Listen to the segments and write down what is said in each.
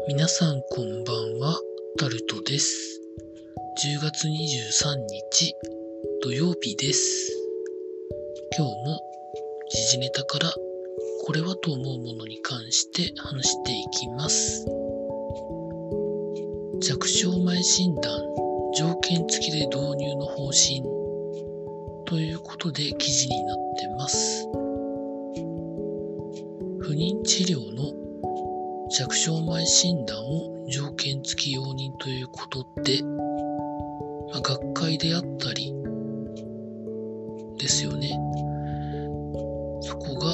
皆さんこんばんは、タルトです。10月23日土曜日です。今日も時事ネタからこれはと思うものに関して話していきます。弱小前診断条件付きで導入の方針ということで記事になってます。不妊治療の弱小前診断を条件付き容認ということで、学会であったりですよね。そこが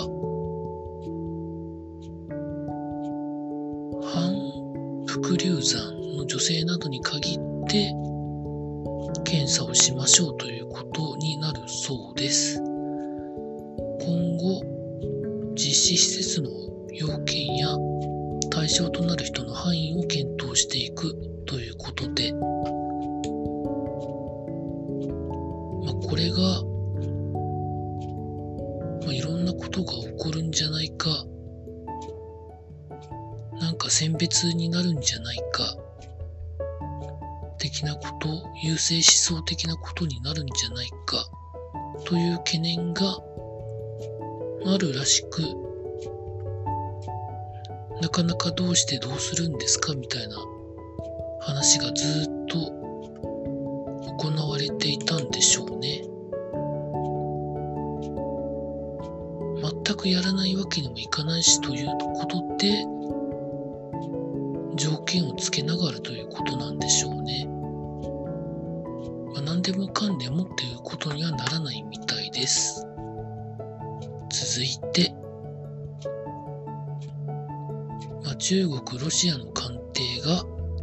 反副流産の女性などに限って検査をしましょうということになるそうです。今後実施施設の要件や対象となる人の範囲を検討していくということで、これが、いろんなことが起こるんじゃないか、なんか選別になるんじゃないか的なこと、優勢思想的なことになるんじゃないかという懸念があるらしく、なかなかどうしてどうするんですかみたいな話がずっと行われていたんでしょうね。全くやらないわけにもいかないしということで条件をつけながらということなんでしょうね。何でもかんでもっていうことにはならないみたいです。続いて中国、ロシアの艦艇が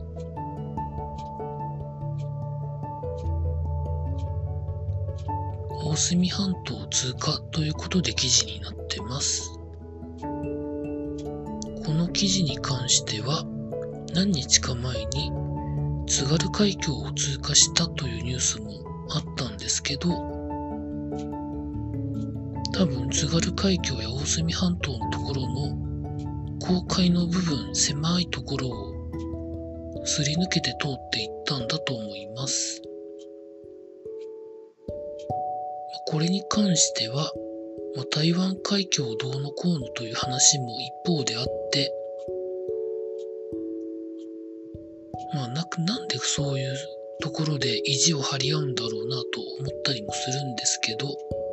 大隅半島を通過ということで記事になってます。この記事に関しては何日か前に津軽海峡を通過したというニュースもあったんですけど、多分津軽海峡や大隅半島のところの公海の部分、狭いところをすり抜けて通っていったんだと思います。これに関しては、台湾海峡をどうのこうのという話も一方であって、なんでそういうところで意地を張り合うんだろうなと思ったりもするんですけど、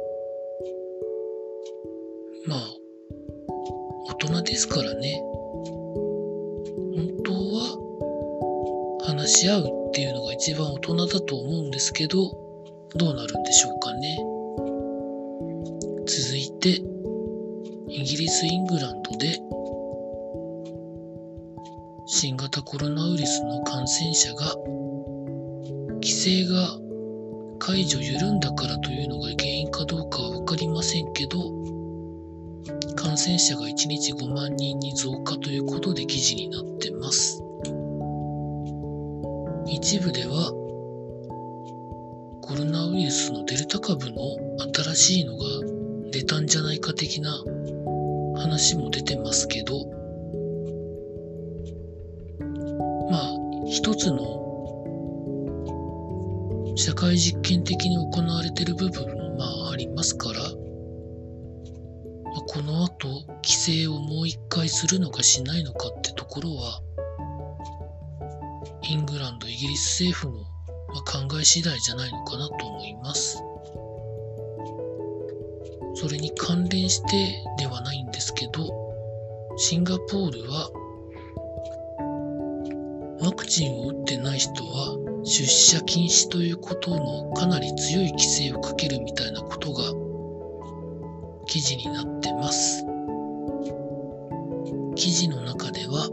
大人ですからね。本当は話し合うっていうのが一番大人だと思うんですけど、どうなるんでしょうかね。続いてイギリス、イングランドで新型コロナウイルスの感染者が規制が解除緩んだからというのが原因かどうかは分かりませんけど、感染者が1日5万人に増加ということで記事になってます。一部ではコロナウイルスのデルタ株の新しいのが出たんじゃないか的な話も出てますけど、一つの社会実験的に行われている部分もありますから、この後規制をもう一回するのかしないのかってところはイングランド、イギリス政府の考え次第じゃないのかなと思います。それに関連してではないんですけど、シンガポールはワクチンを打ってない人は出社禁止ということのかなり強い規制をかけるみたいなことが記事になってます。記事の中では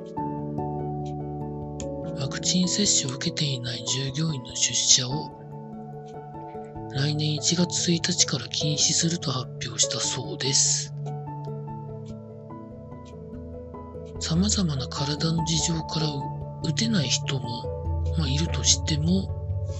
ワクチン接種を受けていない従業員の出社を来年1月1日から禁止すると発表したそうです。様々な体の事情から打てない人も、いるとしても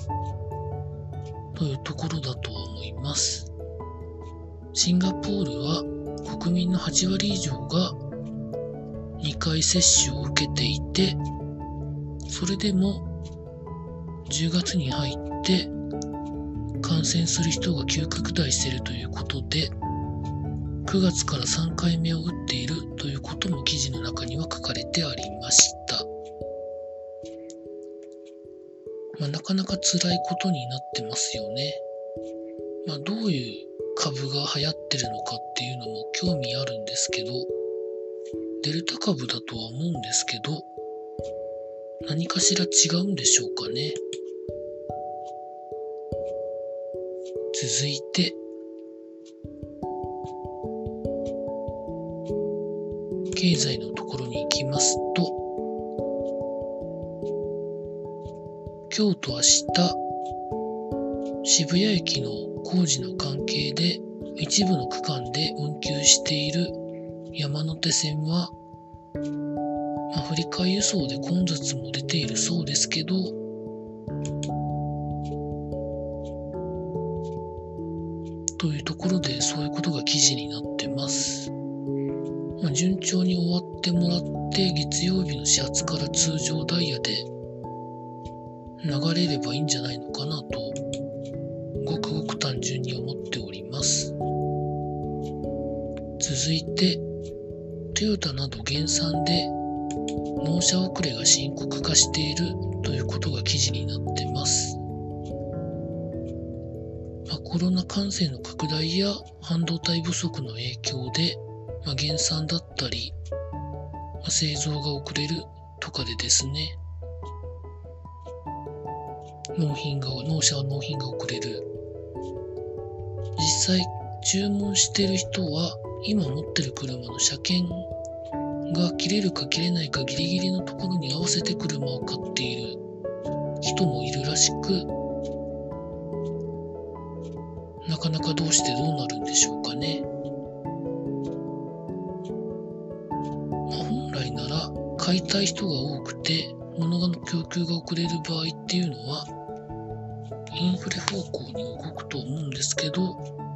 というところだとは思います。シンガポールは国民の8割以上が 2回接種を受けていて、それでも10月に入って感染する人が急拡大しているということで、9月から3回目を打っているということも記事の中には書かれてありました。なかなか辛いことになってますよね。どういう株が流行ってるのかっていうのも興味あるんですけど、デルタ株だとは思うんですけど、何かしら違うんでしょうかね。続いて、経済のところに行きますと、今日と明日、渋谷駅の工事の関係で一部の区間で運休している山手線は、アフリカ輸送で混雑も出ているそうですけど、というところでそういうことが記事になってます。順調に終わってもらって月曜日の始発から通常ダイヤで流れればいいんじゃないのかなとごくごく単純に思っております。続いてトヨタなど減産で納車遅れが深刻化しているということが記事になってます。コロナ感染の拡大や半導体不足の影響で減産だったり、製造が遅れるとかでですね、納車は納品が遅れる。実際注文してる人は今持ってる車の車検が切れるか切れないかギリギリのところに合わせて車を買っている人もいるらしく、なかなかどうしてどうなるんでしょうかね。本来なら買いたい人が多くて物の供給が遅れる場合っていうのはインフレ方向に動くと思うんですけど、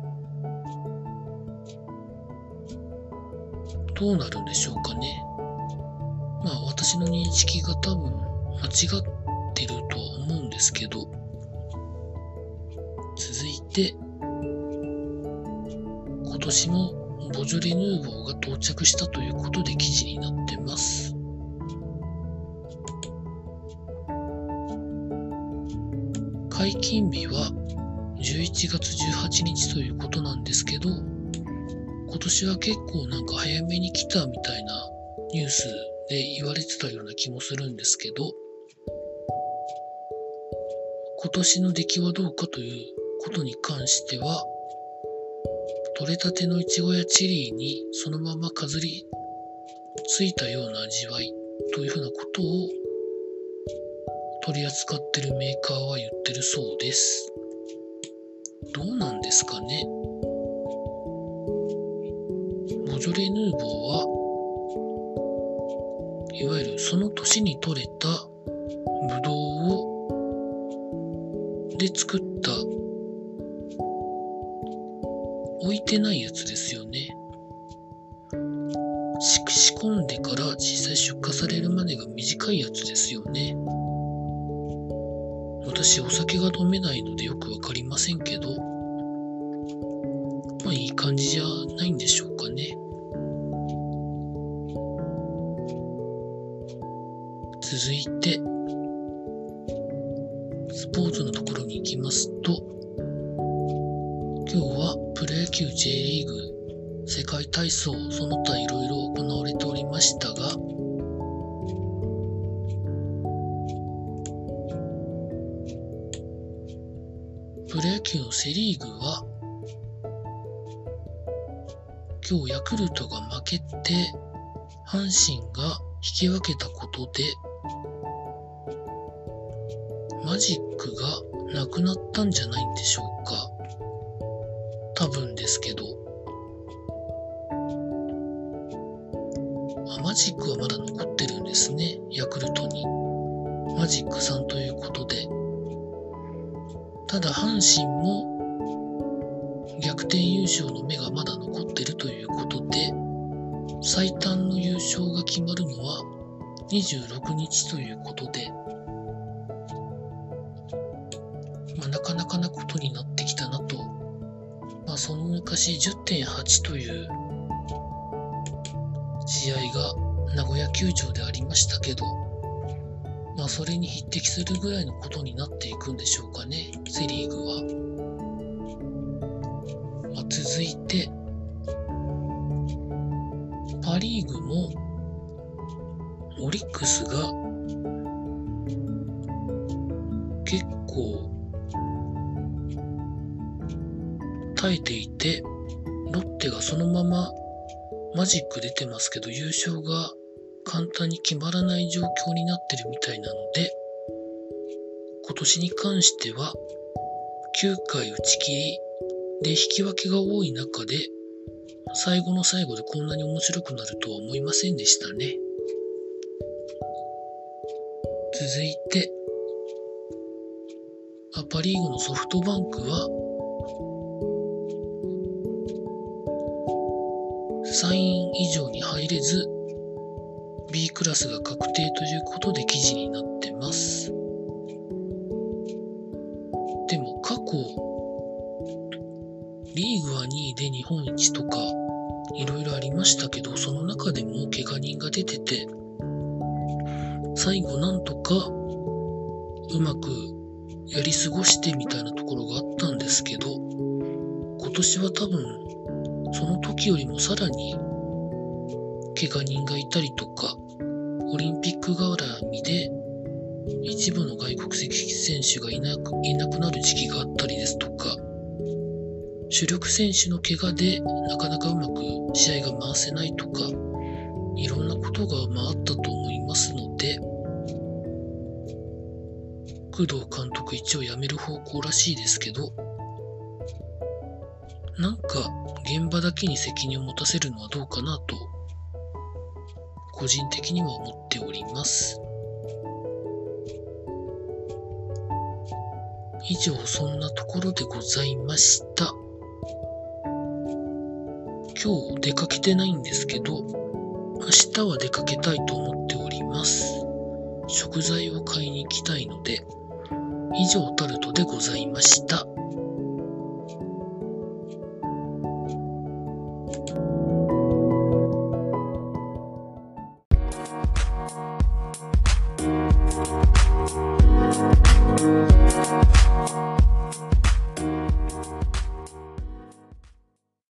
どうなるんでしょうかね。私の認識が多分間違ってるとは思うんですけど、続いて今年もボジョレ・ヌーボーが到着したということで記事になってます。解禁日は11月18日ということなんですけど、今年は結構早めに来たみたいなニュースで言われてたような気もするんですけど、今年の出来はどうかということに関しては、取れたてのイチゴやチェリーにそのままかずりついたような味わいというふうなことを取り扱ってるメーカーは言ってるそうです。どうなんですかね。ボジョレ・ヌーボーはいわゆるその年に採れたブドウで作った置いてないやつですよね。仕込んでから実際出荷されるまでが短いやつですよね。私お酒が飲めないのでよくわかりませんけど、いい感じじゃないんでしょうかね。続いてスポーツのところに行きますと、今日はプロ野球 J リーグ世界体操その他いろいろ行われておりましたが、プロ野球のセリーグは今日ヤクルトが負けて阪神が引き分けたことでマジックがなくなったんじゃないんでしょうか。多分ですけど、マジックはまだ残ってるんですね。ヤクルトにマジック3ということで、ただ阪神も逆転優勝の目がまだ残ってるということで、最短の優勝が決決まるのは26日ということで、なかなかなことになってきたなと。その昔 10.8 という試合が名古屋球場でありましたけど、それに匹敵するぐらいのことになっていくんでしょうかね、セリーグは。続いて、パ・リーグもオリックスが結構耐えていて、ロッテがそのままマジック出てますけど、優勝が簡単に決まらない状況になってるみたいなので、今年に関しては9回打ち切りで引き分けが多い中で、最後の最後でこんなに面白くなるとは思いませんでしたね。続いて、パ・リーグのソフトバンクは3位以上に入れず B クラスが確定ということで記事になってます。でも過去リーグは2位で日本一とかいろいろありましたけど、その中でも怪我人が出てて、最後なんとかうまくやり過ごしてみたいなところがあったんですけど、今年は多分その時よりもさらに怪我人がいたりとか、オリンピック絡みで一部の外国籍選手がいなくなる時期があったりですとか、主力選手の怪我でなかなかうまく試合が回せないとか、いろんなことがあったと思いますので、工藤監督一応辞める方向らしいですけど、なんか現場だけに責任を持たせるのはどうかなと個人的には思っております。以上、そんなところでございました。今日出かけてないんですけど、明日は出かけたいと思っております。食材を買いに行きたいので。以上、タルトでございました。